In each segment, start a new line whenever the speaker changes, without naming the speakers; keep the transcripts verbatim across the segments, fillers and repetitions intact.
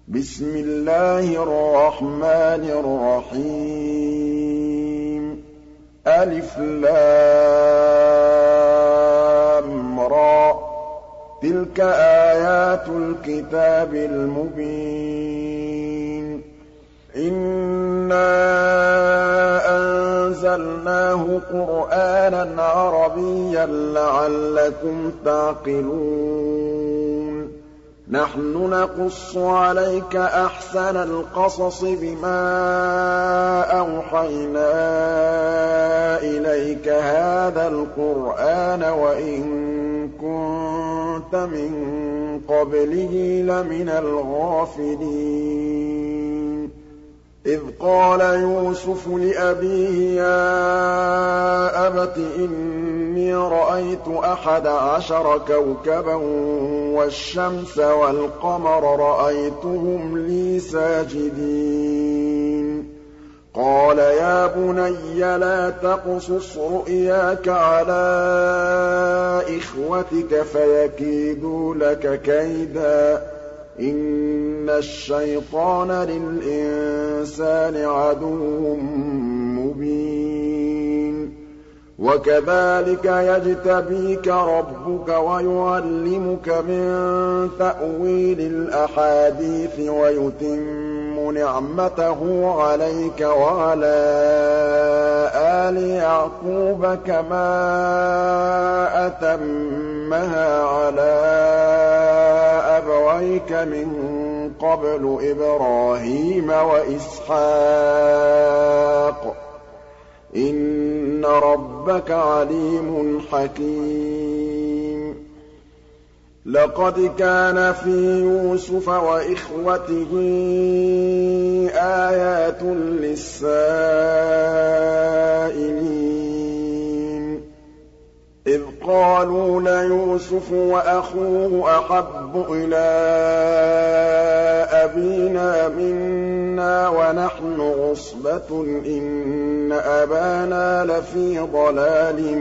بسم الله الرحمن الرحيم ألف لام را تلك آيات الكتاب المبين إنا أنزلناه قرآنا عربيا لعلكم تعقلون نحن نقص عليك أحسن القصص بما أوحينا إليك هذا القرآن وإن كنت من قبله لمن الغافلين إذ قال يوسف لأبيه يا أبت إني رأيت أحد عشر كوكبا والشمس والقمر رأيتهم لي ساجدين قال يا بني لا تقصص رؤياك على إخوتك فيكيدوا لك كيدا إن الشيطان للإنسان عدو مبين وكذلك يجتبيك ربك ويعلمك من تأويل الأحاديث ويتم نعمته عليك وعلى آل يعقوب كما أتمها على أبويك من قبل إبراهيم وإسحاق إن ربك عليم حكيم لقد كان في يوسف وإخوته آيات للسائلين إذ قالوا ليوسف وأخوه أحب إلى أبينا منا ونحن عصبة إن أبانا لفي ضلال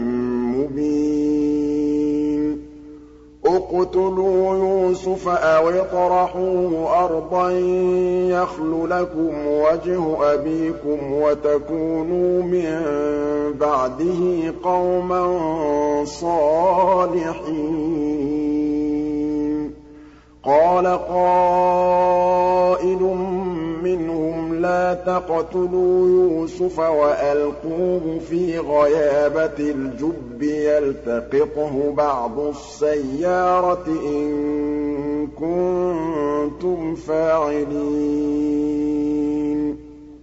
مبين اقتلوا يوسف أو اطرحوه أرضا يخل لكم وجه أبيكم وتكونوا من بعده قوما صالحين قال قائل منهم لا تقتلوا يوسف وألقوه في غيابة الجب يلتقطه بعض السيارة إن كنتم فاعلين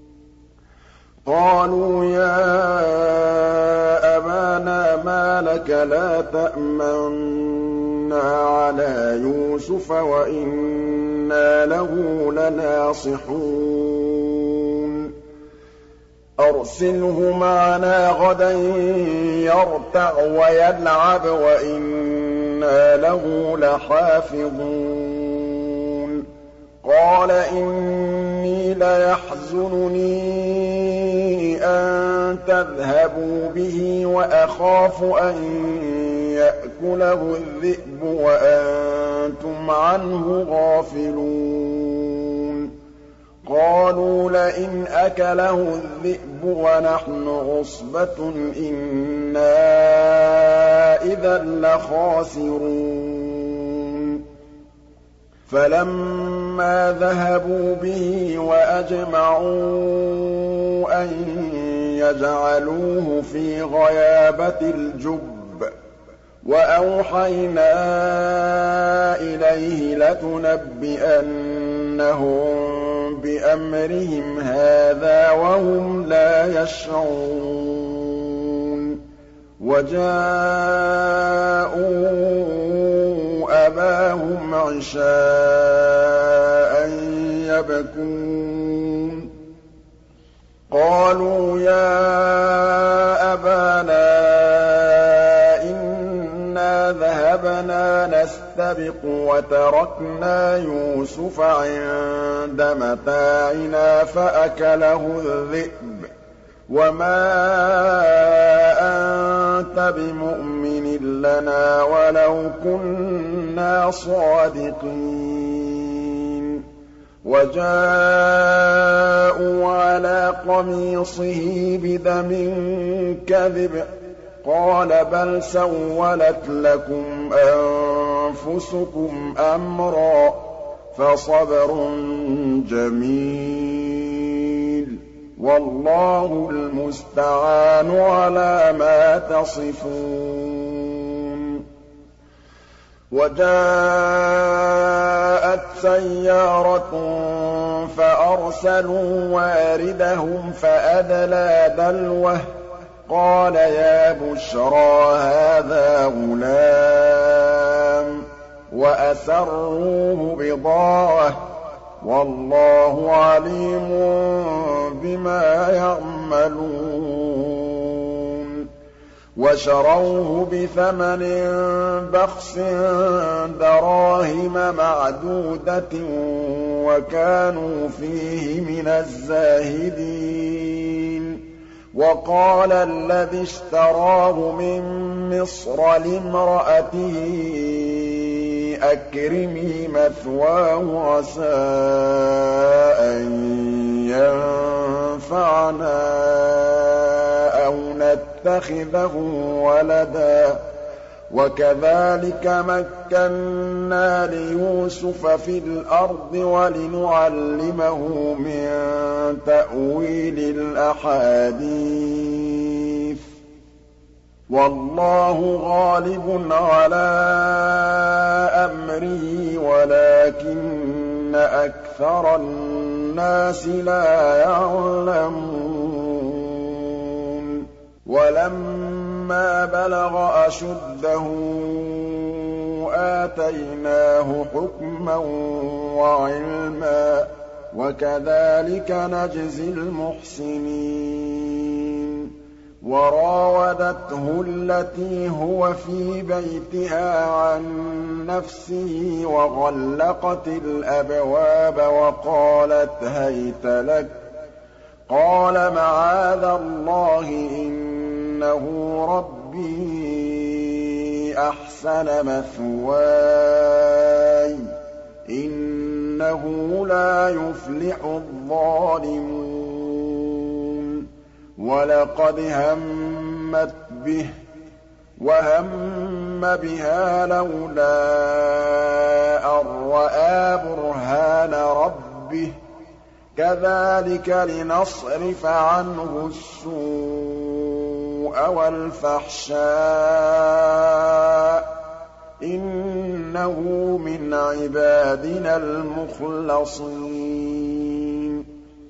قالوا يا أبانا ما لك لا تأمنا على يوسف وإنا له لناصحون أرسله معنا غدا يرتع ويلعب وإنا له لحافظون قال إني ليحزنني أن تذهبوا به وأخاف أن يأكله الذئب وأنتم عنه غافلون قالوا لئن أكله الذئب ونحن عصبة إنا إذا لخاسرون فلما ذهبوا به وأجمعوا أن يجعلوه في غيابة الجب وأوحينا إليه لتنبئنهم بأمرهم هذا وهم لا يشعرون وجاءوا أباهم عشاء يبكون قالوا يا أبانا إنا ذهبنا نستبق وتركنا يوسف عند متاعنا فأكله الذئب وما أنت بمؤمن لنا ولو كنا صادقين وَجَاءُوا عَلَىٰ قَمِيصِهِ بِدَمٍ كَذِبٍ قَالَ بَلْ سَوَّلَتْ لَكُمْ أَنفُسُكُمْ أَمْرًا ۖ فَصَبْرٌ جَمِيلٌ ۖ وَاللَّهُ الْمُسْتَعَانُ عَلَىٰ مَا تَصِفُونَ وَجَاءَتْ سَيَّارَةٌ فَأَرْسَلُوا وَارِدَهُمْ فَأَدْلَىٰ دَلْوَهُ ۖ قَالَ يَا بُشْرَىٰ هَٰذَا غُلَامٌ ۚ وَأَسَرُّوهُ بِضَاعَةً ۚ وَاللَّهُ عَلِيمٌ بِمَا يَعْمَلُونَ وَشَرَوْهُ بِثَمَنٍ بَخْسٍ دَرَاهِمَ مَعْدُودَةٍ وَكَانُوا فِيهِ مِنَ الزَّاهِدِينَ وَقَالَ الَّذِي اشْتَرَاهُ مِن مِّصْرَ لِامْرَأَتِهِ أَكْرِمِي مَثْوَاهُ عَسَىٰ أَن يَنفَعَنَا أَوْ نَتَّخِذَهُ وَلَدًا ۚ وَكَذَٰلِكَ مَكَّنَّا لِيُوسُفَ فِي الْأَرْضِ وَلِنُعَلِّمَهُ مِن تَأْوِيلِ الْأَحَادِيثِ ۚ وَاللَّهُ غَالِبٌ عَلَىٰ أَمْرِهِ وَلَٰكِنَّ أَكْثَرَ النَّاسِ لَا يَعْلَمُونَ وَلَمَّا بَلَغَ أَشُدَّهُ آتَيْنَاهُ حُكْمًا وَعِلْمًا ۚ وَكَذَٰلِكَ نَجْزِي الْمُحْسِنِينَ وَرَاوَدَتْهُ الَّتِي هُوَ فِي بَيْتِهَا عَن نَّفْسِهِ وَغَلَّقَتِ الْأَبْوَابَ وَقَالَتْ هَيْتَ لَكَ ۚ قَالَ مَعَاذَ اللَّهِ ۖ إِنَّهُ رَبِّي أَحْسَنَ مَثْوَايَ ۖ إِنَّهُ لَا يُفْلِحُ الظَّالِمُونَ وَلَقَدْ هَمَّتْ بِهِ وَهَمَّ بِهَا لَوْلَا أَن رَّأَىٰ بُرْهَانَ رَبِّهِ ۚ كَذَٰلِكَ لِنَصْرِفَ عَنْهُ السُّوءَ وَالْفَحْشَاءَ ۚ إِنَّهُ مِنْ عِبَادِنَا الْمُخْلَصِينَ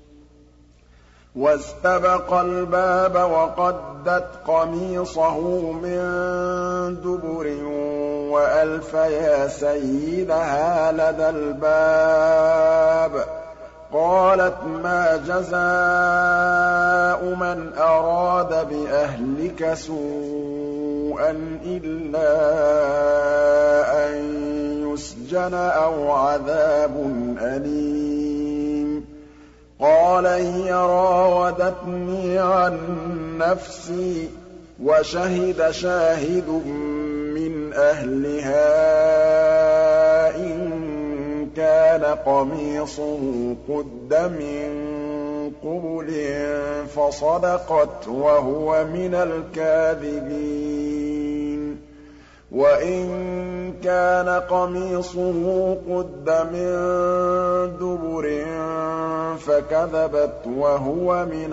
وَاسْتَبَقَ الْبَابَ وَقَدَّتْ قَمِيصَهُ مِن دُبُرٍ وَأَلْفَ يَا سَيِّدَهَا لَدَى الْبَابِ ۚ قَالَتْ مَا جَزَاءُ مَنْ أَرَادَ بِأَهْلِكَ سُوءًا إِلَّا أَن يُسْجَنَ أَوْ عَذَابٌ أَلِيمٌ قَالَ هِيَ رَاوَدَتْنِي عَن نَّفْسِي ۚ وَشَهِدَ شَاهِدٌ مِّنْ أَهْلِهَا إِن كَانَ قَمِيصُهُ قُدَّ مِن قُبُلٍ فَصَدَقَتْ وَهُوَ مِنَ الْكَاذِبِينَ وَإِن كَانَ قَمِيصُهُ قُدَّ مِن دُبُرٍ فَكَذَبَتْ وَهُوَ مِنَ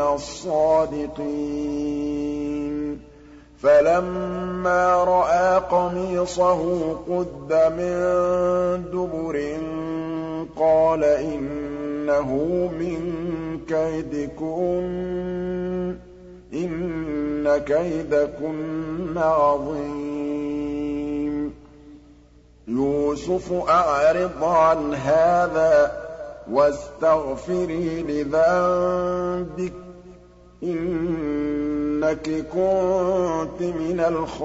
الصَّادِقِينَ فَلَمَّا رَأَىٰ قَمِيصَهُ قُدَّ مِن دُبُرٍ قَالَ إِنَّهُ مِن كَيْدِكُنَّ ۖ إِنَّ كَيْدَكُنَّ عَظِيمٌ يُوسُفُ أَعْرِضْ عَنْ هَٰذَا وَاسْتَغْفِرِي لِذَنبِكِ ۖ إِنَّكِ كُنتِ مِنَ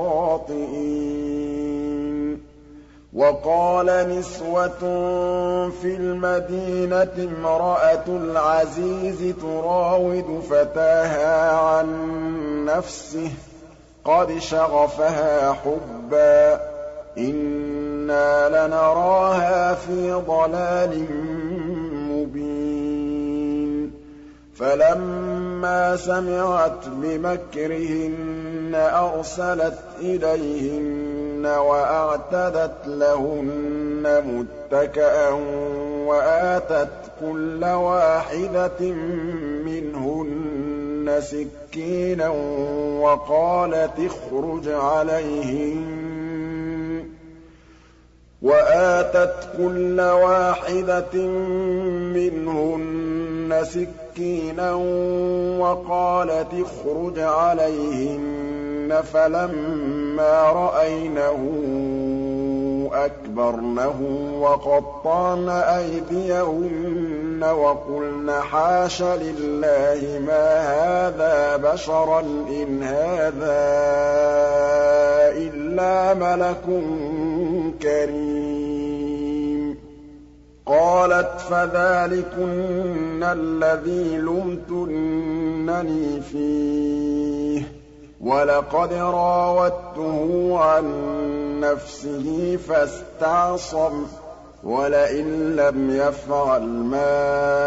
الْخَاطِئِينَ وَقَالَ نِسْوَةٌ فِي الْمَدِينَةِ امْرَأَتُ الْعَزِيزِ تُرَاوِدُ فَتَاهَا عَن نَّفْسِهِ ۖ قَدْ شَغَفَهَا حُبًّا ۖ إِنَّا لَنَرَاهَا فِي ضَلَالٍ مُّبِينٍ فَلَمَّا سَمِعَتْ بِمَكْرِهِنَّ أَرْسَلَتْ إِلَيْهِنَّ وَأَعْتَدَتْ لَهُنَّ مُتَّكَأً وَآتَتْ كُلَّ وَاحِدَةٍ مِّنْهُنَّ سِكِّينًا وَقَالَتِ اخْرُجْ عَلَيْهِنَّ وَآتَتْ كُلَّ وَاحِدَةٍ مِّنْهُنَّ سِكِّينًا وَقَالَتِ اخْرُجْ عَلَيْهِنَّ فَلَمَّا رَأَيْنَهُ أَكْبَرْنَهُ وَقَطَّعْنَ أَيْدِيَهُنَّ وَقُلْنَ حَاشَ لِلَّهِ مَا هَٰذَا بَشَرًا إِنْ هَٰذَا إِلَّا مَلَكٌ كَرِيمٌ قَالَتْ فَذَٰلِكُنَّ الَّذِي لُمْتُنَّنِي فِيهِ وَلَقَدْ رَاوَدتُّهُ عَن نَّفْسِهِ فَاسْتَعْصَمَ وَلَئِن لَّمْ يَفْعَلْ مَا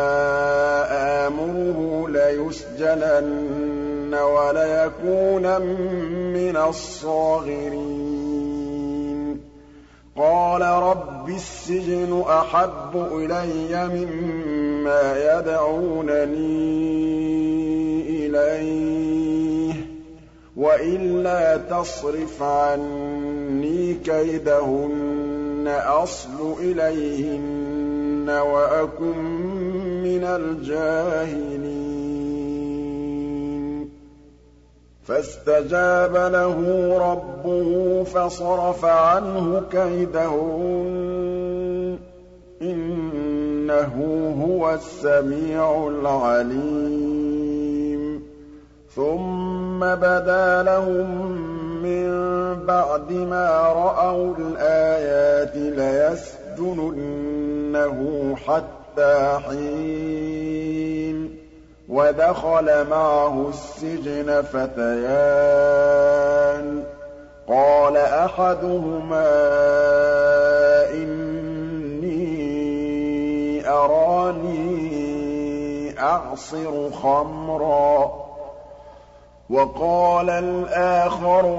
آمُرُهُ لَيُسْجَنَنَّ وَلَيَكُونًا مِّنَ الصَّاغِرِينَ قَالَ رَبِّ السِّجْنُ أَحَبُّ إِلَيَّ مِمَّا يَدْعُونَنِي إِلَيْهِ وَإِلَّا تَصْرِفْ عَنِّي كَيْدَهُنَّ أَصْبُ إِلَيْهِنَّ وَأَكُن مِّنَ الْجَاهِلِينَ فَاسْتَجَابَ لَهُ رَبُّهُ فَصَرَفَ عَنْهُ كَيْدَهُنَّ ۚ إِنَّهُ هُوَ السَّمِيعُ الْعَلِيمُ ثُمَّ بَدَا لَهُم مِّن بَعْدِ مَا رَأَوُا الْآيَاتِ لَيَسْجُنُنَّهُ حَتَّىٰ حِينٍ وَدَخَلَ مَعَهُ السِّجْنَ فَتَيَانِ قَالَ أَحَدُهُمَا إِنِّي أَرَانِي أَعْصِرُ خَمْرًا وَقَالَ الْآخَرُ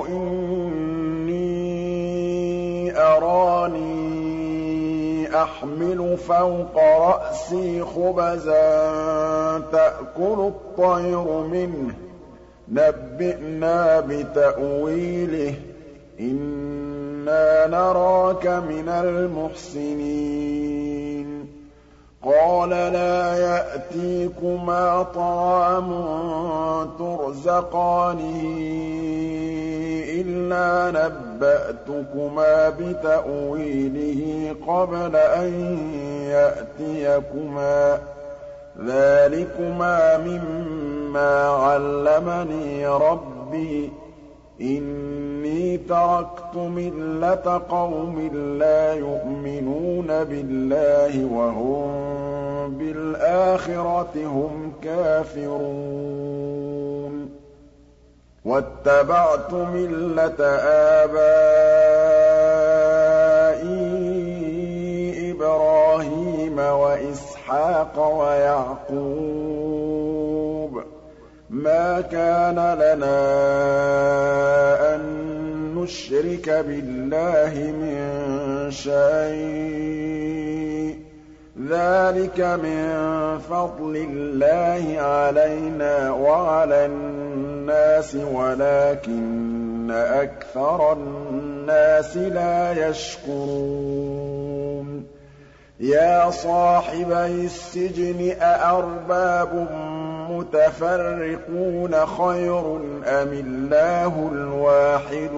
إِنِّي أَرَانِي أَحْمِلُ فَوْقَ رَأْسِي خُبَزًا تَأْكُلُ الطَّيْرُ مِنْهُ ۖ نَبِّئْنَا بِتَأْوِيلِهِ ۖ إِنَّا نَرَاكَ مِنَ الْمُحْسِنِينَ قَالَ لَا يَأْتِيكُمَا طَعَامٌ تُرْزَقَانِهِ إِلَّا نَبَّأْتُكُمَا بِتَأْوِيلِهِ قَبْلَ أَن يَأْتِيَكُمَا ۚ ذَٰلِكُمَا مِمَّا عَلَّمَنِي رَبِّي ۚ إِنِّي تَرَكْتُ مِلَّةَ قَوْمٍ لَّا يُؤْمِنُونَ بِاللَّهِ وَهُم بِالْآخِرَةِ هُمْ كَافِرُونَ وَاتَّبَعْتُ مِلَّةَ آبَائِي إِبْرَاهِيمَ وَإِسْحَاقَ وَيَعْقُوبَ ۚ مَا كَانَ لَنَا أَن نُّشْرِكَ بِاللَّهِ مِن شَيْءٍ ۚ ذَٰلِكَ مِن فَضْلِ اللَّهِ عَلَيْنَا وَعَلَى النَّاسِ وَلَٰكِنَّ أَكْثَرَ النَّاسِ لَا يَشْكُرُونَ يَا صَاحِبَيِ السِّجْنِ أَأَرْبَابٌ مُّتَفَرِّقُونَ خَيْرٌ أَمِ اللَّهُ الْوَاحِدُ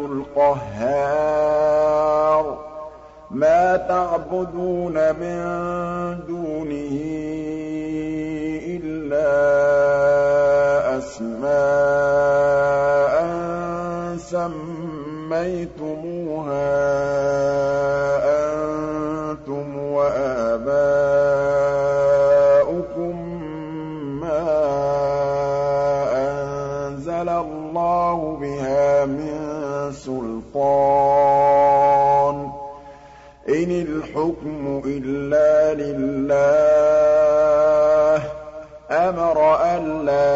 الْقَهَّارُ مَا تَعْبُدُونَ مِن دُونِهِ إِلَّا أَسْمَاءً سَمَّيْتُمُوهَا أَنتُمْ وَآبَاؤُكُم مَّا أَنزَلَ اللَّهُ بِهَا مِن سُلْطَانٍ ۚ إِنِ الْحُكْمُ إِلَّا لِلَّهِ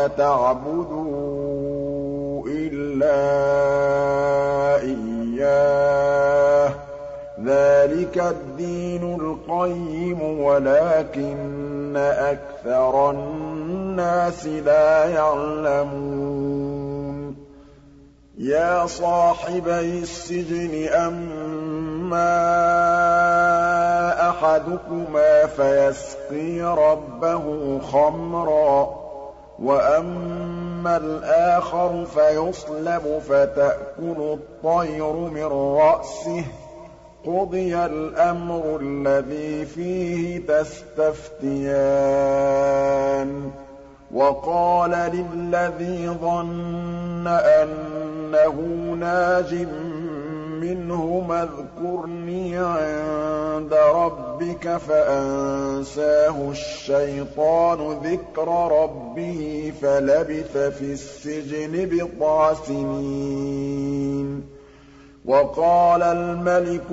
أَلَّا تَعْبُدُوا إِلَّا إِيَّاهُ ۚ ذَٰلِكَ الدِّينُ الْقَيِّمُ وَلَٰكِنَّ أَكْثَرَ النَّاسِ لَا يَعْلَمُونَ يَا صَاحِبَيِ السِّجْنِ أَمَّا أَحَدُكُمَا فَيَسْقِي رَبَّهُ خَمْرًا وَأَمَّا الْآخَرُ فَيُصْلَبُ فَتَأْكُلُ الطَّيْرُ مِن رَّأْسِهِ ۚ قُضِيَ الْأَمْرُ الَّذِي فِيهِ تَسْتَفْتِيَانِ وَقَالَ لِلَّذِي ظَنَّ أَنَّهُ نَاجٍ مِّنْهُمَا اذْكُرْنِي عِندَ رَبِّكَ فَأَنسَاهُ الشَّيْطَانُ ذِكْرَ رَبِّهِ فَلَبِثَ فِي السِّجْنِ بِضْعَ سِنِينَ وَقَالَ الْمَلِكُ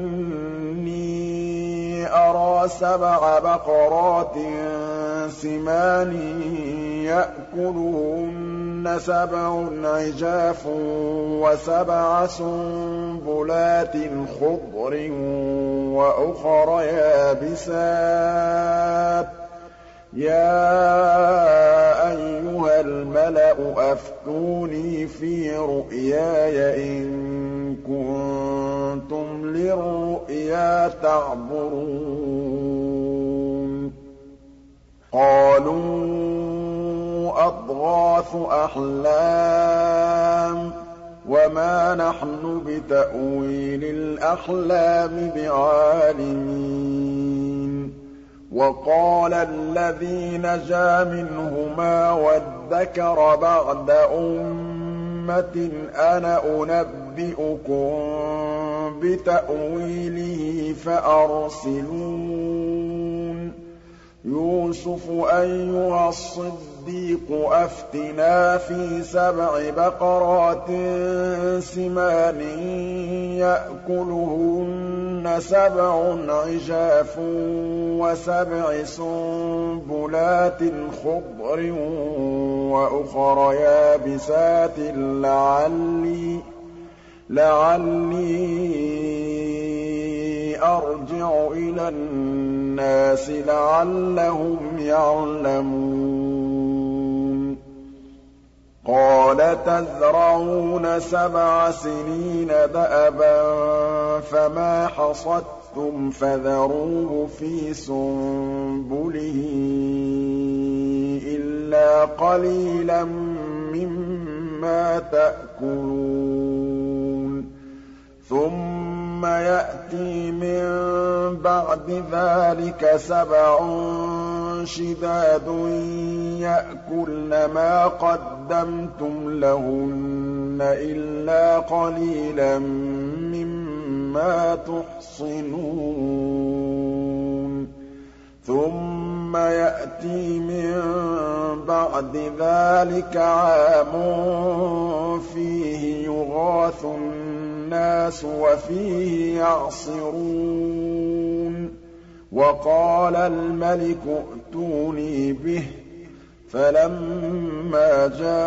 إِنِّي أَرَىٰ سَبْعَ بَقَرَاتٍ سِمَانٍ يَأْكُلُهُنَّ سَبْعٌ عِجَافٌ وَسَبْعَ سُنبُلَاتٍ خُضْرٍ وَأُخَرَ يَابِسَاتٍ ۖ يَا أَيُّهَا الْمَلَأُ أَفْتُونِي فِي رُؤْيَايَ إِن كُنتُمْ لِلرُّؤْيَا تَعْبُرُونَ قَالُوا أَضْغَاثُ أَحْلَامٍ وَمَا نَحْنُ بِتَأْوِيلِ الْأَحْلَامِ بِعَالِمِينَ وَقَالَ الَّذِي نَجَا مِنْهُمَا وَادَّكَرَ بَعْدَ أُمَّةٍ أَنَا أُنَبِّئُكُم بِتَأْوِيلِهِ فَأَرْسِلُونِ يُوسُفُ أَيُّهَا الصِّدِّيقُ أَفْتِنَا فِي سَبْعِ بَقَرَاتٍ سِمَانٍ يَأْكُلُهُنَّ سَبْعٌ عِجَافٌ وَسَبْعِ سُنبُلَاتٍ خُضْرٍ وَأُخَرَ يَابِسَاتٍ لَّعَلِّي لَعَلِّي أَرْجِعُ إِلَى النَّاسِ لَعَلَّهُمْ يَعْلَمُونَ قَالَ تَزْرَعُونَ سَبْعَ سِنِينَ دَأَبًا فَمَا حَصَدتُّمْ فَذَرُوهُ فِي سُنبُلِهِ إِلَّا قَلِيلًا مِّمَّا تَأْكُلُونَ ثُمَّ يَأْتِي مِن بَعْدِ ذَٰلِكَ سَبْعٌ شِدَادٌ يَأْكُلْنَ مَا قَدَّمْتُمْ لَهُنَّ إِلَّا قَلِيلًا مِّمَّا تُحْصِنُونَ ثُمَّ يَأْتِي مِن بَعْدِ ذَٰلِكَ عَامٌ فِيهِ يُغَاثُ النَّاسُ وَفِيهِ يَعْصِرُونَ وَقَالَ الْمَلِكُ ائْتُونِي بِهِ ۖ فَلَمَّا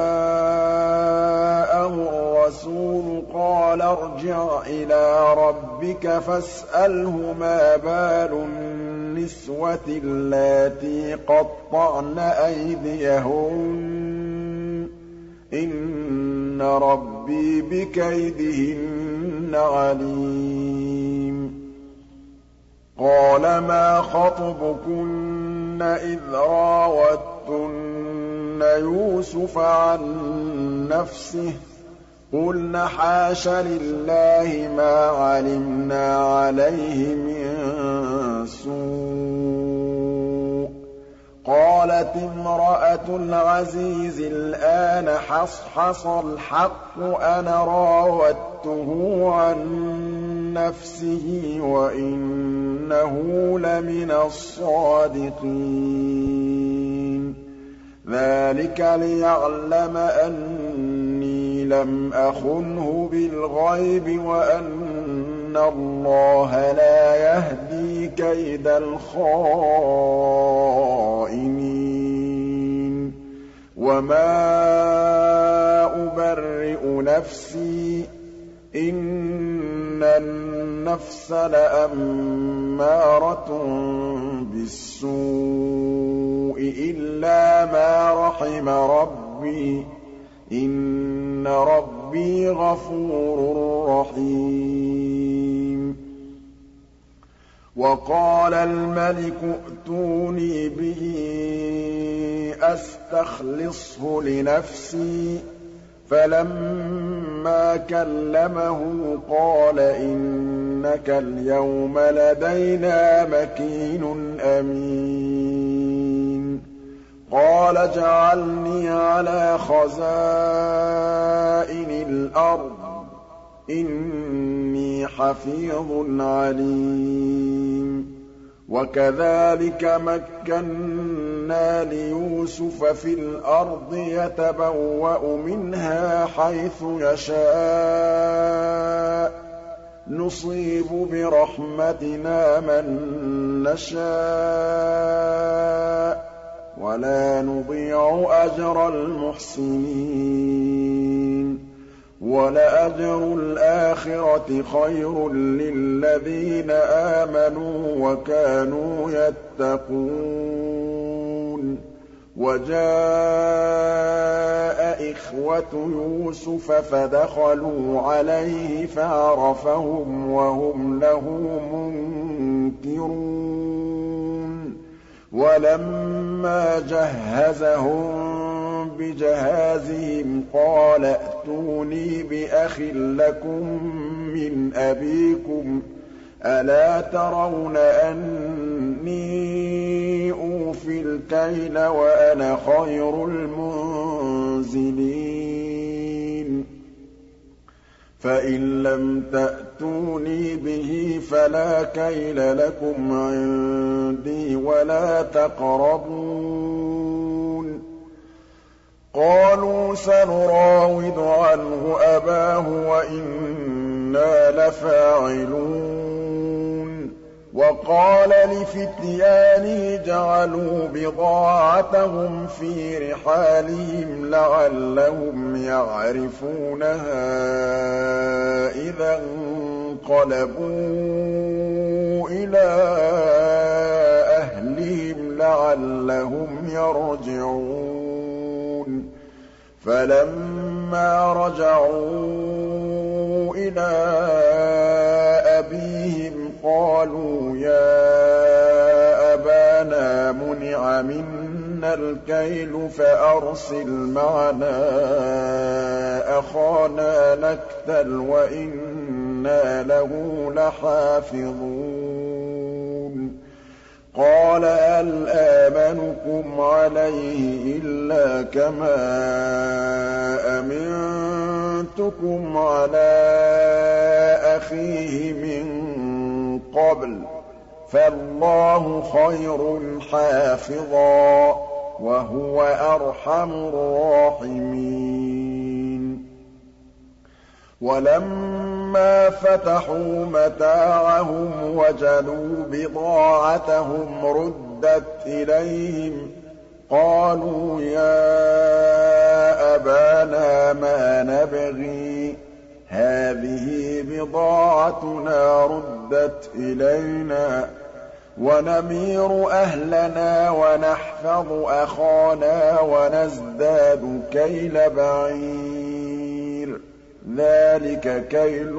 جَاءَهُ الرَّسُولُ قَالَ ارْجِعْ إِلَىٰ رَبِّكَ فَاسْأَلْهُ مَا بَالُ النِّسْوَةِ اللَّاتِي قَطَّعْنَ أَيْدِيَهُنَّ ۚ إِنَّ رَبِّي بِكَيْدِهِنَّ عَلِيمٌ قَالَ مَا خَطْبُكُنَّ إِذْ رَاوَدتُّنَّ يُوسُفَ عَن نَّفْسِهِ ۚ قُلْنَ حَاشَ لِلَّهِ مَا عَلِمْنَا عَلَيْهِ مِن سُوءٍ ۚ قَالَتِ امْرَأَتُ الْعَزِيزِ الْآنَ حَصْحَصَ الْحَقُّ أَنَا رَاوَدتُّهُ عَن نَّفْسِهِ وَإِنَّهُ لَمِنَ الصَّادِقِينَ ذَٰلِكَ لِيَعْلَمَ أَنِّي لَمْ أَخُنْهُ بِالْغَيْبِ وَأَنَّ اللَّهَ لَا يَهْدِي كَيْدَ الْخَائِنِينَ وَمَا أُبَرِّئُ نَفْسِي ۚ إِنَّ النَّفْسَ لَأَمَّارَةٌ بِالسُّوءِ إِلَّا مَا رَحِمَ رَبِّي ۚ إِنَّ رَبِّي غَفُورٌ رَّحِيمٌ وَقَالَ الْمَلِكُ ائْتُونِي بِهِ أَسْتَخْلِصْهُ لِنَفْسِي ۖ فَلَمَّا كَلَّمَهُ قَالَ إِنَّكَ الْيَوْمَ لَدَيْنَا مَكِينٌ أَمِينٌ قَالَ اجْعَلْنِي عَلَىٰ خَزَائِنِ الْأَرْضِ ۖ إِنِّي حَفِيظٌ عَلِيمٌ وَكَذَٰلِكَ مَكَّنَّا لِيُوسُفَ فِي الْأَرْضِ يَتَبَوَّأُ مِنْهَا حَيْثُ يَشَاءُ ۚ نُصِيبُ بِرَحْمَتِنَا مَن نَّشَاءُ ۖ وَلَا نُضِيعُ أَجْرَ الْمُحْسِنِينَ وَلَأَجْرُ الْآخِرَةِ خَيْرٌ لِّلَّذِينَ آمَنُوا وَكَانُوا يَتَّقُونَ وَجَاءَ إِخْوَةُ يُوسُفَ فَدَخَلُوا عَلَيْهِ فَعَرَفَهُمْ وَهُمْ لَهُ مُنكِرُونَ وَلَمَّا جَهَّزَهُم بِجَهَازِهِمْ قَالَ ائْتُونِي بِأَخٍ لَّكُم مِّنْ أَبِيكُمْ ۚ أَلَا تَرَوْنَ أَنِّي أُوفِي الْكَيْلَ وَأَنَا خَيْرُ الْمُنزِلِينَ فَإِن لَّمْ تَأْتُونِي بِهِ فَلَا كَيْلَ لَكُمْ عِندِي وَلَا تَقْرَبُونِ قَالُوا سَنُرَاوِدُ عَنْهُ أَبَاهُ وَإِنَّا لَفَاعِلُونَ وَقَالَ لِفِتْيَانِهِ جَعَلُوا بِضَاعَتَهُمْ فِي رِحَالِهِمْ لَعَلَّهُمْ يَعْرِفُونَهَا إِذَا انقَلَبُوا إِلَىٰ أَهْلِهِمْ لَعَلَّهُمْ يَرْجِعُونَ فَلَمَّا رَجَعُوا إِلَىٰ أَبِيهِمْ قَالُوا يَا أَبَانَا مُنِعَ مِنَّا الْكَيْلُ فَأَرْسِلْ مَعَنَا أَخَانَا نَكْتَلْ وَإِنَّا لَهُ لَحَافِظُونَ قَالَ هَلْ آمَنُكُمْ عَلَيْهِ إِلَّا كَمَا أَمِنتُكُمْ عَلَىٰ أَخِيهِ مِن قَبْلُ ۖ فَاللَّهُ خَيْرٌ حَافِظًا ۖ وَهُوَ أَرْحَمُ الرَّاحِمِينَ وَلَمَّا فَتَحُوا مَتَاعَهُمْ وَجَدُوا بِضَاعَتَهُمْ رُدَّتْ إِلَيْهِمْ ۖ قَالُوا يَا أَبَانَا مَا نَبْغِي ۖ هَٰذِهِ بِضَاعَتُنَا رُدَّتْ إِلَيْنَا ۖ وَنَمِيرُ أَهْلَنَا وَنَحْفَظُ أَخَانَا وَنَزْدَادُ كَيْلَ بَعِيرٍ ۖ ذَٰلِكَ كَيْلٌ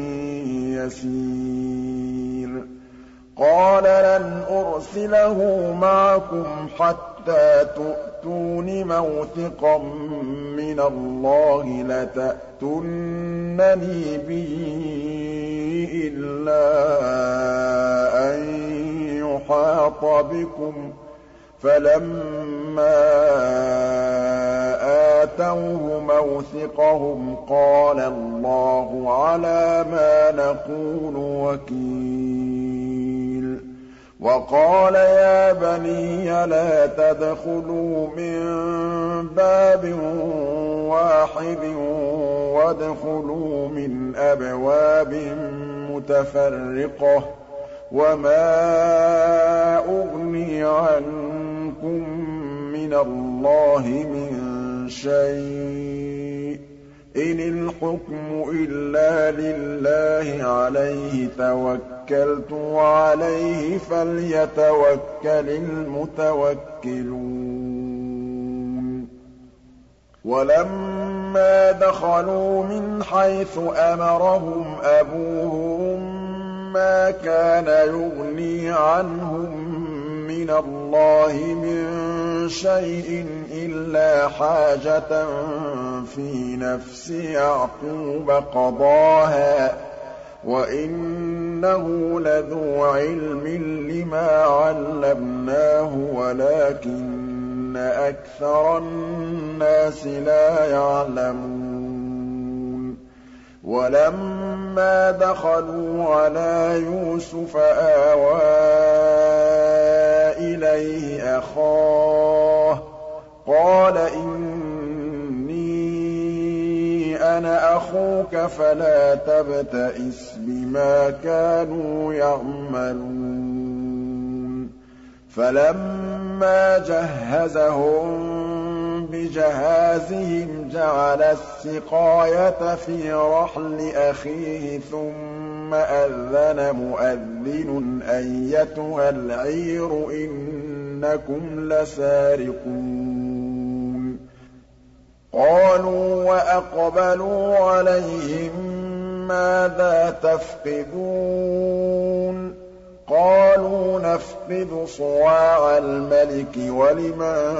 يَسِيرٌ قَالَ لَنْ أُرْسِلَهُ مَعَكُمْ حَتَّىٰ تُؤْتُونِ مَوْثِقًا مِّنَ اللَّهِ لَتَأْتُنَّنِي بِهِ إِلَّا أَن يُحَاطَ بِكُمْ ۖ فَلَمَّا آتَوْهُ مَوْثِقَهُمْ قَالَ اللَّهُ عَلَىٰ مَا نَقُولُ وَكِيلٌ وَقَالَ يَا بَنِيَّ لَا تَدْخُلُوا مِن بَابٍ وَاحِدٍ وَادْخُلُوا مِنْ أَبْوَابٍ مُّتَفَرِّقَةٍ ۖ وَمَا أُغْنِي عَنكُم مِّنَ اللَّهِ مِن شَيْءٍ ۚ إِنِ الْحُكْمُ إِلَّا لِلَّهِ عَلَيْهِ تَوَكَّلْتُ وَعَلَيْهِ فَلْيَتَوَكَّلِ الْمُتَوَكِّلُونَ وَلَمَّا دَخَلُوا مِنْ حَيْثُ أَمَرَهُمْ أَبُوهُم مَّا كَانَ يُغْنِي عَنْهُم مِّنَ اللَّهِ مِن شَيْءٍ إِلَّا حَاجَةً فِي نَفْسِ يَعْقُوبَ قَضَاهَا ۚ وَإِنَّهُ لَذُو عِلْمٍ لِّمَا عَلَّمْنَاهُ وَلَٰكِنَّ أَكْثَرَ النَّاسِ لَا يَعْلَمُونَ وَلَمَّا دَخَلُوا عَلَىٰ يُوسُفَ آوَىٰ إِلَيْهِ أَخَاهُ قَالَ إِنِّي أَنَا أَخُوكَ فَلَا تَبْتَئِسْ بِمَا كَانُوا يَعْمَلُونَ فَلَمَّا جَهَّزَهُم بِجَهَازِهِمْ جَعَلَ السِّقَايَةَ فِي رَحْلِ أَخِيهِ ثُمَّ أَذَّنَ مُؤَذِّنٌ أَيَّتُهَا الْعِيرُ إِنَّكُمْ لَسَارِقُونَ قَالُوا وَأَقْبَلُوا عَلَيْهِم مَّاذَا تَفْقِدُونَ قَالُوا نَفْقِدُ صُوَاعَ الْمَلِكِ وَلِمَن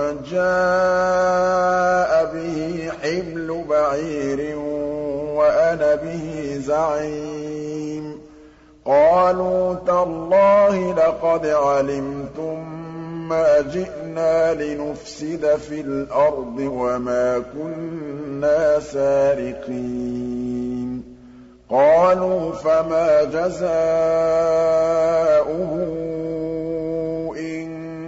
جَاءَ بِهِ حِمْلُ بَعِيرٍ وَأَنَا بِهِ زَعِيمٌ قَالُوا تَاللَّهِ لَقَدْ عَلِمْتُم مَّا جِئْنَا لِنُفْسِدَ فِي الْأَرْضِ وَمَا كُنَّا سَارِقِينَ قَالُوا فَمَا جَزَاؤُهُ إِن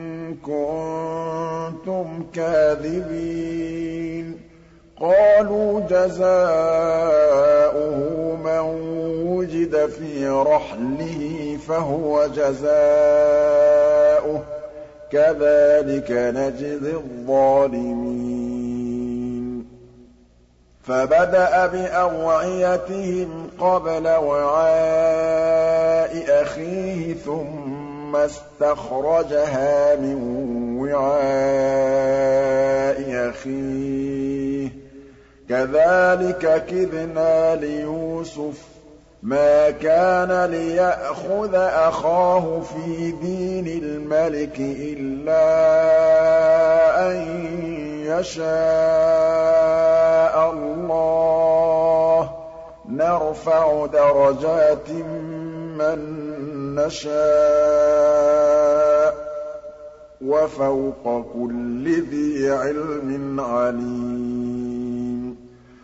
كُنتُمْ كَاذِبِينَ قَالُوا جَزَاؤُهُ مَن وُجِدَ فِي رَحْلِهِ فَهُوَ جَزَاؤُهُ ۚ كَذَٰلِكَ نَجْزِي الظَّالِمِينَ فَبَدَأَ بِأَوْعِيَتِهِمْ قَبْلَ وِعَاءِ أَخِيهِ ثُمَّ اسْتَخْرَجَهَا مِن وِعَاءِ أَخِيهِ ۚ كَذَٰلِكَ كِدْنَا لِيُوسُفَ ۖ مَا كَانَ لِيَأْخُذَ أَخَاهُ فِي دِينِ الْمَلِكِ إِلَّا أَن يَشَاءَ اللَّهُ ۚ نَرْفَعُ دَرَجَاتٍ مَّن نَّشَاءُ ۗ وَفَوْقَ كُلِّ ذِي عِلْمٍ عَلِيمٌ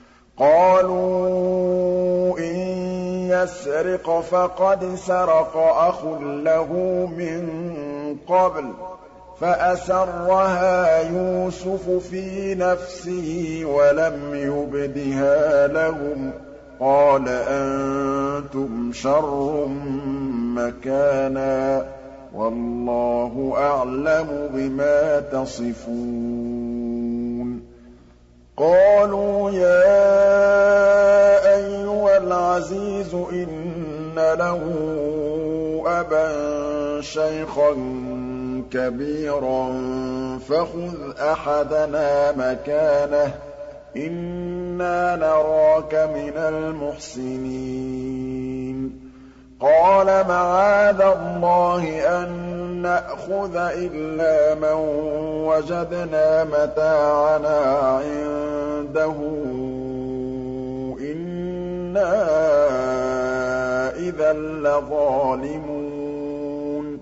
قَالُوا إِن يَسْرِقْ فَقَدْ سَرَقَ أَخٌ لَّهُ مِن قَبْلُ فَأَسَرَّهَا يُوسُفُ فِي نَفْسِهِ وَلَمْ يُبْدِهَا لَهُمْ ۚ قَالَ أَنتُمْ شَرٌّ مَّكَانًا ۖ وَاللَّهُ أَعْلَمُ بِمَا تَصِفُونَ قَالُوا يَا أَيُّهَا الْعَزِيزُ إِنَّ لَهُ أَبًا شَيْخًا كَبِيرًا فَخُذْ أَحَدَنَا مَكَانَهُ إِنَّا نَرَاكَ مِنَ الْمُحْسِنِينَ قَالَ مَعَاذَ اللَّهِ أَن نَّأْخُذَ إِلَّا مَن وَجَدْنَا مَتَاعَنَا عِندَهُ إِنَّا إِذًا لَّظَالِمُونَ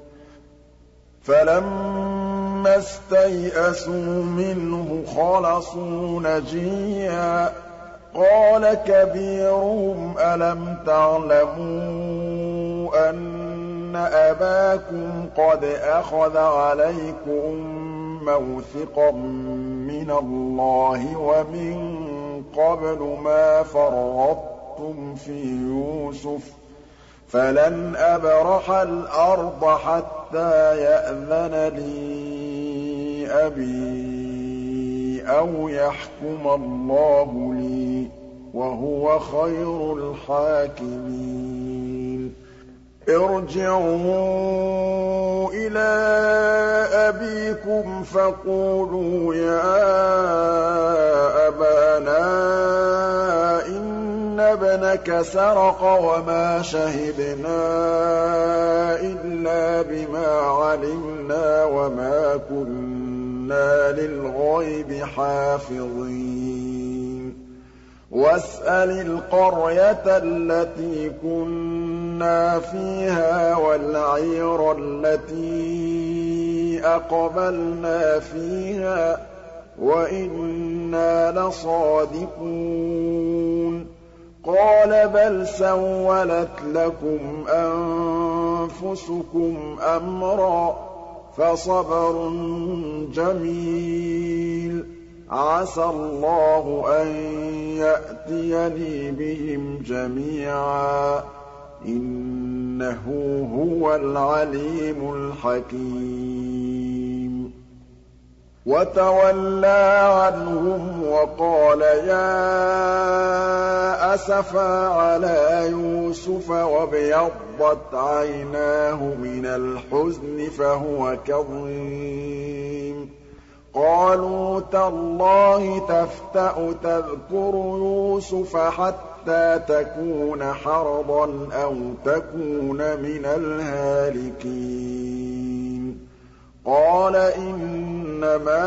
فَلَمَّا اسْتَيْأَسُوا مِنْهُ خَلَصُوا نَجِيًّا قَالَ كَبِيرُهُمْ أَلَمْ تَعْلَمُوا أَنَّ أَبَاكُمْ قَدْ أَخَذَ عَلَيْكُم مَّوْثِقًا مِّنَ اللَّهِ وَمِن قَبْلُ مَا فَرَّطتُمْ فِي يُوسُفَ ۖ فَلَنْ أَبْرَحَ الْأَرْضَ حَتَّىٰ يَأْذَنَ لِي أَبِي أَوْ يَحْكُمَ اللَّهُ لِي ۖ وَهُوَ خَيْرُ الْحَاكِمِينَ ارْجِعُوا إِلَىٰ أَبِيكُمْ فَقُولُوا يَا أَبَانَا إِنَّ ابْنَكَ سَرَقَ وَمَا شَهِدْنَا إِلَّا بِمَا عَلِمْنَا وَمَا كُنَّا لِلْغَيْبِ حَافِظِينَ وَاسْأَلِ الْقَرْيَةَ الَّتِي كُنَّا فِيهَا وَالْعِيرَ الَّتِي أَقْبَلْنَا فِيهَا ۖ وَإِنَّا لَصَادِقُونَ قَالَ بَلْ سَوَّلَتْ لَكُمْ أَنفُسُكُمْ أَمْرًا ۖ فَصَبْرٌ جَمِيلٌ ۖ عَسَى اللَّهُ أَن يَأْتِيَنِي بِهِمْ جَمِيعًا ۚ إِنَّهُ هُوَ الْعَلِيمُ الْحَكِيمُ وَتَوَلَّىٰ عَنْهُمْ وَقَالَ يَا أَسَفَىٰ عَلَىٰ يُوسُفَ وَابْيَضَّتْ عَيْنَاهُ مِنَ الْحُزْنِ فَهُوَ كَظِيمٌ قَالُوا تَاللَّهِ تَفْتَأُ تَذْكُرُ يُوسُفَ حَتَّىٰ تَكُونَ حَرَضًا أَوْ تَكُونَ مِنَ الْهَالِكِينَ قَالَ إِنَّمَا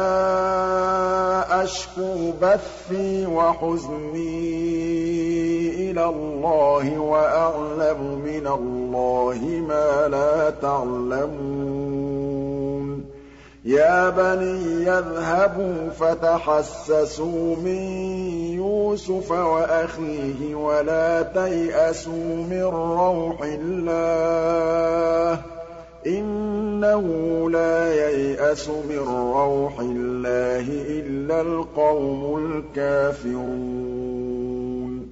أَشْكُو بَثِّي وَحُزْنِي إِلَى اللَّهِ وَأَعْلَمُ مِنَ اللَّهِ مَا لَا تَعْلَمُونَ يَا بَنِيَّ اذْهَبُوا فَتَحَسَّسُوا مِن يُوسُفَ وَأَخِيهِ وَلَا تَيْأَسُوا مِن رَّوْحِ اللَّهِ ۖ إِنَّهُ لَا يَيْأَسُ مِن رَّوْحِ اللَّهِ إِلَّا الْقَوْمُ الْكَافِرُونَ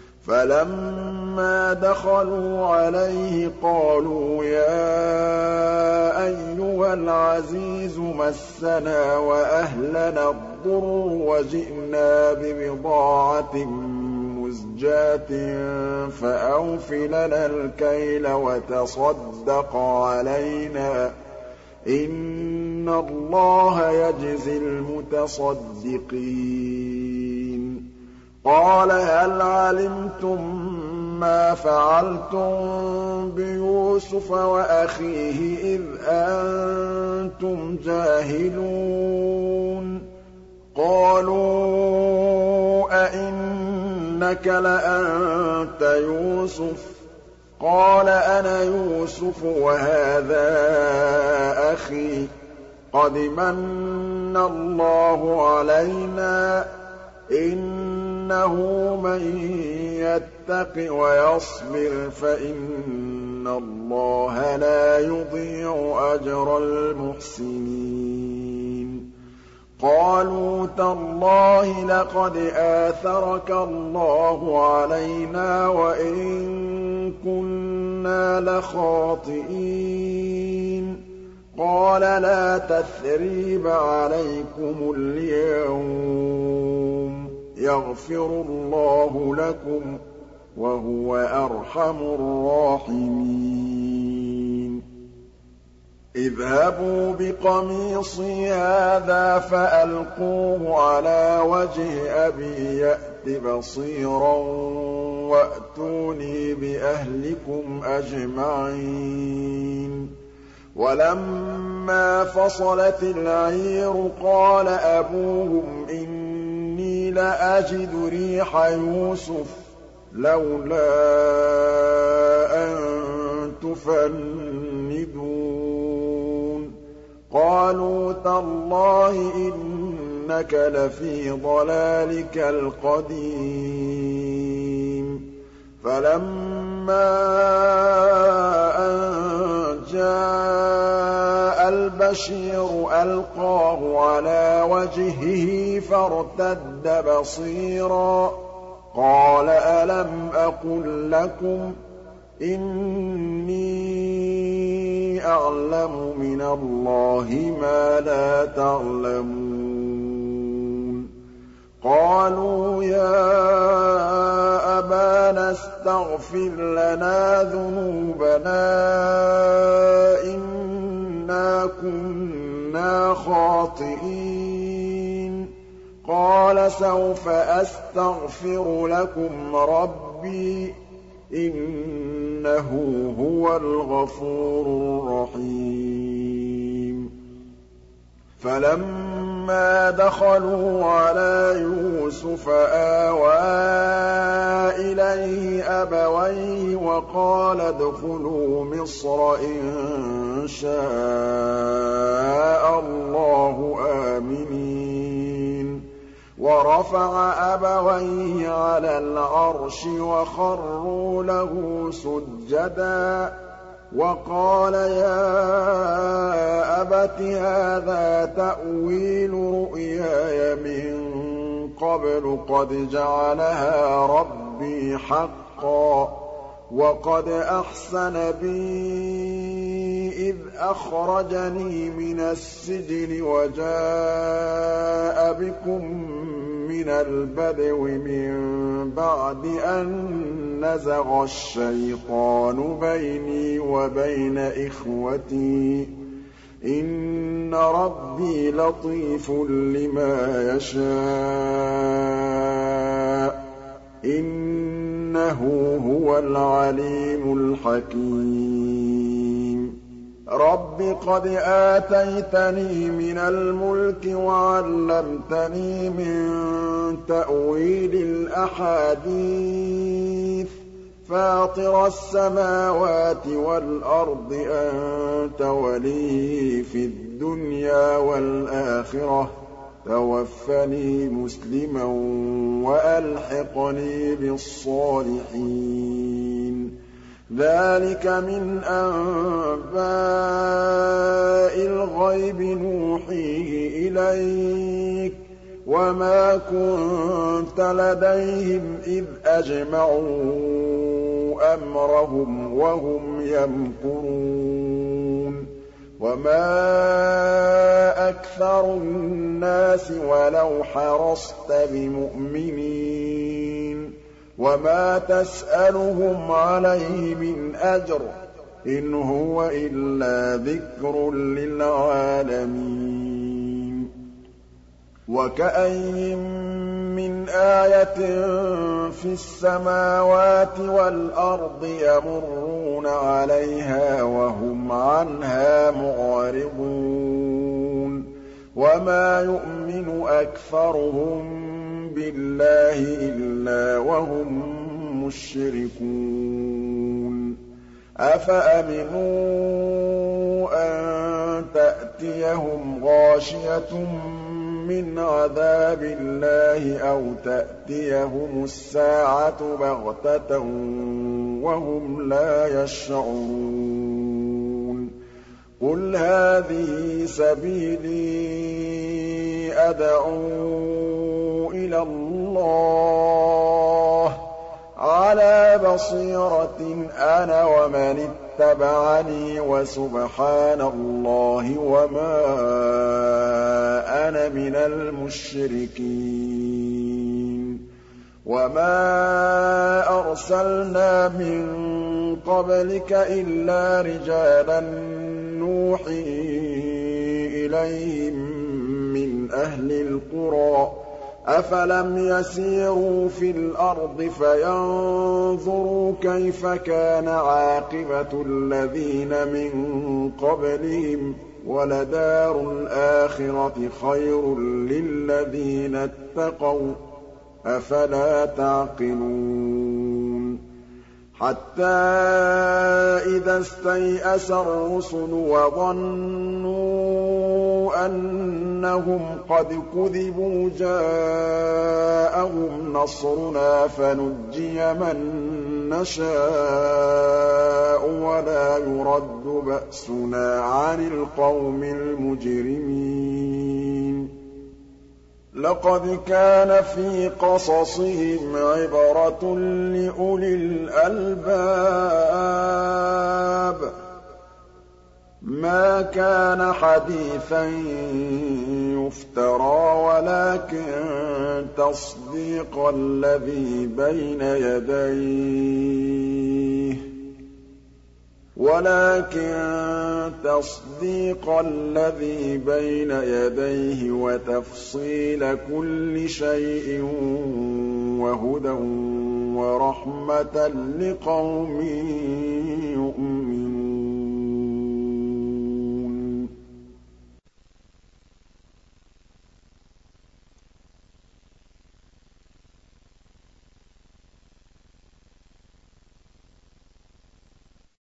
فَلَمَّا دَخَلُوا عَلَيْهِ قَالُوا يَا أَيُّهَا الْعَزِيزُ مَسَّنَا وَأَهْلَنَا الضُّرُّ وَجِئْنَا بِبِضَاعَةٍ مُّزْجَاةٍ فَأَوْفِ لَنَا الْكَيْلَ وَتَصَدَّقْ عَلَيْنَا ۖ إِنَّ اللَّهَ يَجْزِي الْمُتَصَدِّقِينَ قَالَ هَلْ عَلِمْتُم مَّا فَعَلْتُم بِيُوسُفَ وَأَخِيهِ إِذْ أَنتُمْ جَاهِلُونَ قَالُوا أَإِنَّكَ لَأَنتَ يُوسُفُ ۖ قَالَ أَنَا يُوسُفُ وَهَٰذَا أَخِي ۖ قَدْ مَنَّ اللَّهُ عَلَيْنَا ۖ إِنَّهُ مَن يَتَّقِ وَيَصْبِرْ فَإِنَّ اللَّهَ لَا يُضِيعُ أَجْرَ الْمُحْسِنِينَ قَالُوا تَاللَّهِ لَقَدْ آثَرَكَ اللَّهُ عَلَيْنَا وَإِن كُنَّا لَخَاطِئِينَ قَالَ لَا تَثْرِيبَ عَلَيْكُمُ الْيَوْمَ ۖ يَغْفِرُ اللَّهُ لَكُمْ ۖ وَهُوَ أَرْحَمُ الرَّاحِمِينَ اذْهَبُوا بِقَمِيصِي هَٰذَا فَأَلْقُوهُ عَلَىٰ وَجْهِ أَبِي يَأْتِ بَصِيرًا وَأْتُونِي بِأَهْلِكُمْ أَجْمَعِينَ وَلَمَّا فَصَلَتِ الْعِيرُ قَالَ أَبُوهُمْ إِنِّي لَأَجِدُ رِيحَ يُوسُفَ ۖ لَوْلَا أَن تُفَنِّدُونِ قَالُوا تَاللَّهِ إِنَّكَ لَفِي ضَلَالِكَ الْقَدِيمِ فَلَمَّا أَن جَاءَ الْبَشِيرُ أَلْقَاهُ عَلَىٰ وَجْهِهِ فَارْتَدَّ بَصِيرًا قَالَ أَلَمْ أَقُل لَّكُمْ إِنِّي أَعْلَمُ مِنَ اللَّهِ مَا لَا تَعْلَمُونَ قَالُوا يَا أَبَانَا اسْتَغْفِرْ لَنَا ذُنُوبَنَا إِنَّا كُنَّا خَاطِئِينَ قَالَ سَوْفَ أَسْتَغْفِرُ لَكُمْ رَبِّي إِنَّهُ هُوَ الْغَفُورُ الرَّحِيمُ فَلَمَّا دَخَلُوا عَلَىٰ يُوسُفَ آوَىٰ إِلَيْهِ أَبَوَيْهِ وَقَالَ ادْخُلُوا مِصْرَ إِن شَاءَ اللَّهُ آمِنِينَ وَرَفَعَ أَبَوَيْهِ عَلَى الْعَرْشِ وَخَرُّوا لَهُ سُجَّدًا وَقَالَ يَا أَبَتِ هَٰذَا تَأْوِيلُ رُؤْيَايَ مِن قَبْلُ قَدْ جَعَلَهَا رَبِّي حَقًّا وَقَدْ أَحْسَنَ بِي إِذْ أَخْرَجَنِي مِنَ السِّجْنِ وَجَاءَ بِكُم مِّنَ الْبَدْوِ مِن بَعْدِ أَن نَّزَغَ الشَّيْطَانُ بَيْنِي وَبَيْنَ إِخْوَتِي ۚ إِنَّ رَبِّي لَطِيفٌ لِّمَا يَشَاءُ ۚ إِنَّهُ هُوَ الْعَلِيمُ الْحَكِيمُ رَبِّ قَدْ آتَيْتَنِي مِنَ الْمُلْكِ وَعَلَّمْتَنِي مِن تَأْوِيلِ الْأَحَادِيثِ فَاطِرَ السَّمَاوَاتِ وَالْأَرْضِ أَنتَ وَلِيِّي فِي الدُّنْيَا وَالْآخِرَةِ تَوَفَّنِي مُسْلِمًا وَأَلْحِقْنِي بِالصَّالِحِينَ ذَٰلِكَ مِنْ أَنبَاءِ الْغَيْبِ نُوحِيهِ إِلَيْكَ ۖ وَمَا كُنتَ لَدَيْهِمْ إِذْ أَجْمَعُوا أَمْرَهُمْ وَهُمْ يَمْكُرُونَ وَمَا أَكْثَرُ النَّاسِ وَلَوْ حَرَصْتَ بِمُؤْمِنِينَ وَمَا تَسْأَلُهُمْ عَلَيْهِ مِنْ أَجْرٍ ۚ إِنْ هُوَ إِلَّا ذِكْرٌ لِّلْعَالَمِينَ وَكَأَيِّن مِّنْ آيَةٍ فِي السَّمَاوَاتِ وَالْأَرْضِ يَمُرُّونَ عَلَيْهَا وَهُمْ عَنْهَا مُعْرِضُونَ وَمَا يُؤْمِنُ أَكْثَرُهُم بِاللَّهِ إِلَّا وَهُم مُّشْرِكُونَ أَفَأَمِنُوا أَن تَأْتِيَهُمْ غَاشِيَةٌ مِّنْ عَذَابِ اللَّهِ أَوْ تَأْتِيَهُمُ السَّاعَةُ بَغْتَةً وَهُمْ لَا يَشْعُرُونَ قُلْ هَٰذِهِ سَبِيلِي أَدْعُو إِلَى اللَّهِ ۚ عَلَىٰ بَصِيرَةٍ أَنَا وَمَنِ اتَّبَعَنِي ۖ وَسُبْحَانَ اللَّهِ وَمَا أَنَا مِنَ الْمُشْرِكِينَ وَمَا أَرْسَلْنَا مِن قَبْلِكَ إِلَّا رِجَالًا نُّوحِي إِلَيْهِم مِّنْ أَهْلِ الْقُرَىٰ ۗ أَفَلَمْ يَسِيرُوا فِي الْأَرْضِ فَيَنظُرُوا كَيْفَ كَانَ عَاقِبَةُ الَّذِينَ مِن قَبْلِهِمْ ۗ وَلَدَارُ الْآخِرَةِ خَيْرٌ لِّلَّذِينَ اتَّقَوْا ۗ أَفَلَا تَعْقِلُونَ حَتَّىٰ إِذَا اسْتَيْأَسَ الرُّسُلُ وَظَنُّوا أَنَّهُمْ قَدْ كُذِبُوا جَاءَهُمْ نَصْرُنَا فَنُجِّيَ مَن نَّشَاءُ وَلَا يُرَدُّ بَأْسُنَا عَنِ الْقَوْمِ الْمُجْرِمِينَ لَقَدْ كَانَ فِي قَصَصِهِمْ عِبْرَةٌ لِّأُولِي الْأَلْبَابِ ۗ مَا كَانَ حَدِيثًا يُفْتَرَىٰ وَلَٰكِن تَصْدِيقَ الَّذِي بَيْنَ يَدَيْهِ وَلَٰكِن تَصْدِيقَ الَّذِي بَيْنَ يَدَيْهِ وَتَفْصِيلَ كُلِّ شَيْءٍ وَهُدًى وَرَحْمَةً لِّقَوْمٍ يُؤْمِنُونَ